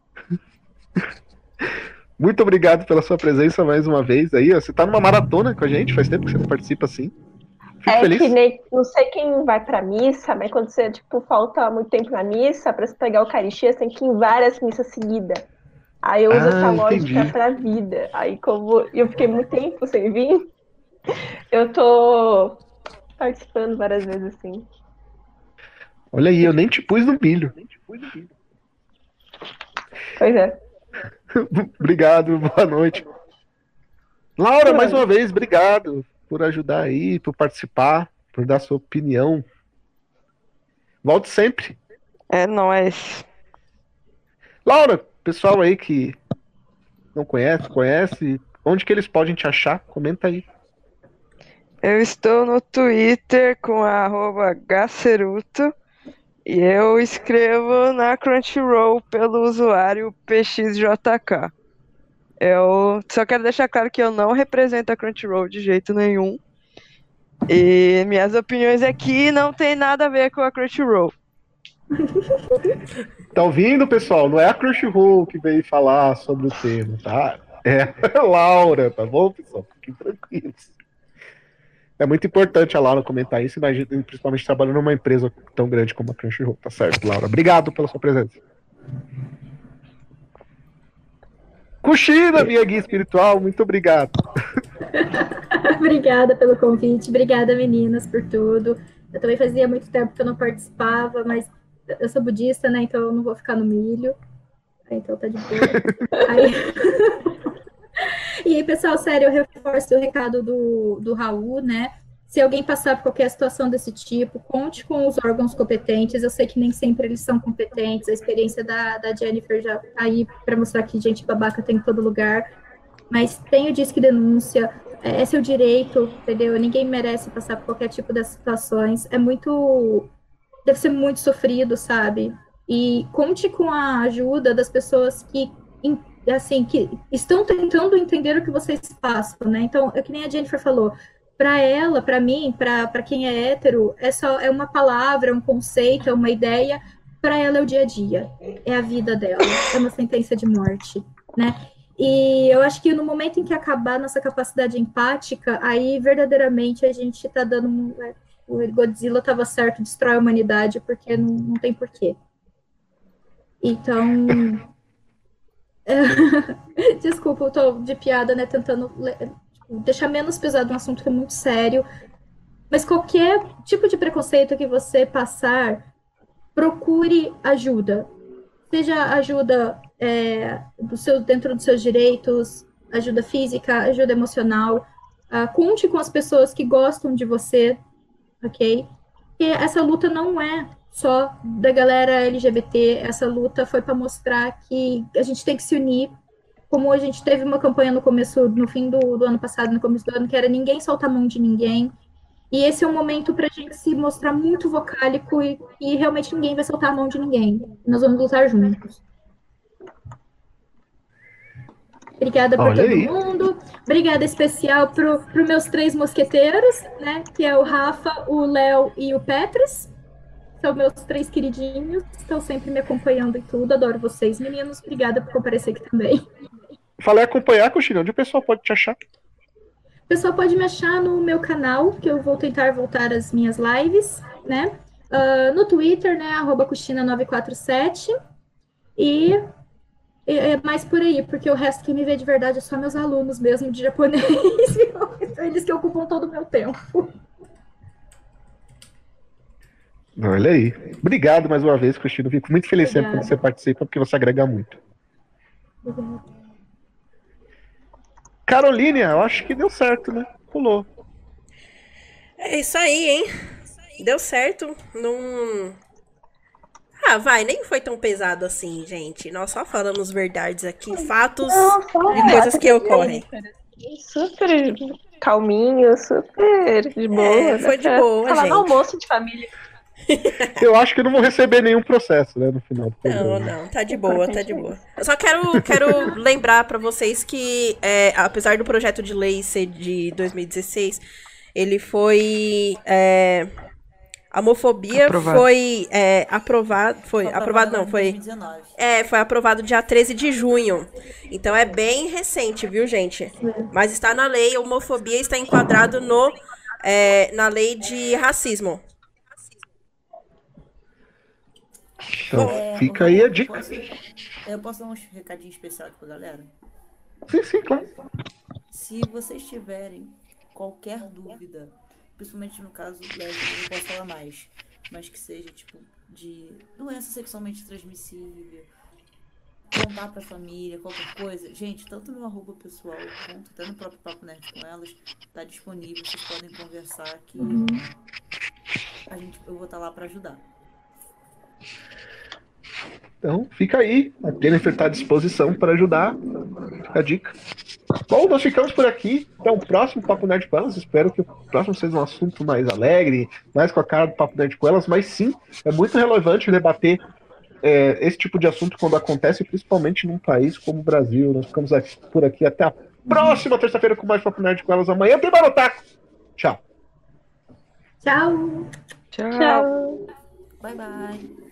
Muito obrigado pela sua presença mais uma vez aí. Você tá numa maratona com a gente, faz tempo que você não participa assim. Fico feliz. Que nem, não sei quem vai pra missa, mas quando você, tipo, falta muito tempo na missa, pra você pegar a Eucaristia, você tem que ir em várias missas seguidas. Aí eu uso essa lógica entendi. pra vida. Aí como eu fiquei muito tempo sem vir, eu tô participando várias vezes, assim. Olha aí, eu nem te pus no milho. Pois é. Obrigado, boa noite. Laura, mais uma vez, obrigado por ajudar aí, por participar, por dar sua opinião. Volte sempre. É nóis. Laura, pessoal aí que não conhece, onde que eles podem te achar? Comenta aí. Eu estou no Twitter com @gaceruto e eu escrevo na Crunchyroll pelo usuário PXJK. Eu só quero deixar claro que eu não represento a Crunchyroll de jeito nenhum. E minhas opiniões aqui não tem nada a ver com a Crunchyroll. Tá ouvindo, pessoal? Não é a Crunchyroll que veio falar sobre o tema, tá? É a Laura, tá bom, pessoal? Fiquem tranquilos. É muito importante a Laura comentar isso, principalmente trabalhando numa empresa tão grande como a Crunchyroll, tá certo, Laura? Obrigado pela sua presença. Kushina, minha guia espiritual, muito obrigado. Obrigada pelo convite, obrigada meninas por tudo. Eu também fazia muito tempo que eu não participava, mas eu sou budista, né? Então eu não vou ficar no milho. Então tá de boa. E aí, pessoal, sério, eu reforço o recado do Raul, né? Se alguém passar por qualquer situação desse tipo, conte com os órgãos competentes. Eu sei que nem sempre eles são competentes. A experiência da Jennifer já tá aí para mostrar que gente babaca tem em todo lugar. Mas tem o disque denúncia, é seu direito, entendeu? Ninguém merece passar por qualquer tipo dessas situações. Deve ser muito sofrido, sabe? E conte com a ajuda das pessoas que estão tentando entender o que vocês passam, né? Então, é que nem a Jennifer falou, para ela, para mim, para quem é hétero, é uma palavra, um conceito, é uma ideia, para ela é o dia a dia, é a vida dela, é uma sentença de morte, né? E eu acho que no momento em que acabar nossa capacidade empática, aí verdadeiramente a gente tá dando o Godzilla estava certo, destrói a humanidade, porque não tem porquê. Então, desculpa, eu tô de piada, né, tentando deixar menos pesado um assunto que é muito sério, mas qualquer tipo de preconceito que você passar, procure ajuda. Seja ajuda dentro dos seus direitos, ajuda física, ajuda emocional. Conte com as pessoas que gostam de você, ok? Porque essa luta não é só da galera LGBT, essa luta foi para mostrar que a gente tem que se unir, como a gente teve uma campanha no fim do ano passado, no começo do ano, que era ninguém solta a mão de ninguém, e esse é um momento para a gente se mostrar muito vocálico e realmente ninguém vai soltar a mão de ninguém, nós vamos lutar juntos. Obrigada por todo mundo. Obrigada especial para meus 3 mosqueteiros, né? Que é o Rafa, o Léo e o Petris. São meus 3 queridinhos. Estão sempre me acompanhando em tudo. Adoro vocês, meninos. Obrigada por comparecer aqui também. Falei acompanhar, Kushina. Onde o pessoal pode te achar? O pessoal pode me achar no meu canal, que eu vou tentar voltar às minhas lives, né? No Twitter, né? @Kushina947. E é mais por aí, porque o resto que me vê de verdade é só meus alunos mesmo de japonês. Eles que ocupam todo o meu tempo. Olha aí. Obrigado mais uma vez, Cristina. Fico muito feliz sempre quando você participa, porque você agrega muito. Caroline, eu acho que deu certo, né? Pulou. É isso aí, hein? Deu certo. Não... nem foi tão pesado assim, gente. Nós só falamos verdades aqui, fatos e coisas que ocorrem. Super calminho, super de boa. Foi de boa, falar gente. no almoço de família. Eu acho que eu não vou receber nenhum processo, né, no final do programa. Não, tá de boa, tá de boa. Eu só quero lembrar pra vocês que, apesar do projeto de lei ser de 2016, ele foi A homofobia Aprovado. foi aprovado. Foi aprovado, não, foi. 2019. Foi aprovado dia 13 de junho. Então é bem recente, viu, gente? Mas está na lei, a homofobia está enquadrado na lei de racismo. Então, fica aí a dica. Eu posso dar um recadinho especial aqui pra galera? Sim, claro. Se vocês tiverem qualquer dúvida, principalmente no caso lésbico, eu não posso falar mais, mas que seja tipo de doença sexualmente transmissível, contar pra família, qualquer coisa, gente, tanto no arroba pessoal quanto até no próprio Papo Nerd com Elas, tá disponível, vocês podem conversar que eu vou estar lá pra ajudar. Então, fica aí. A Jennifer está à disposição para ajudar. Fica a dica. Bom, nós ficamos por aqui. Até o próximo Papo Nerd com Elas. Espero que o próximo seja um assunto mais alegre, mais com a cara do Papo Nerd com Elas. Mas sim, é muito relevante debater esse tipo de assunto quando acontece, principalmente num país como o Brasil. Nós ficamos por aqui até a próxima terça-feira com mais Papo Nerd com Elas. Amanhã tem Barotaco. Tchau. Tchau. Tchau. Tchau. Bye, bye.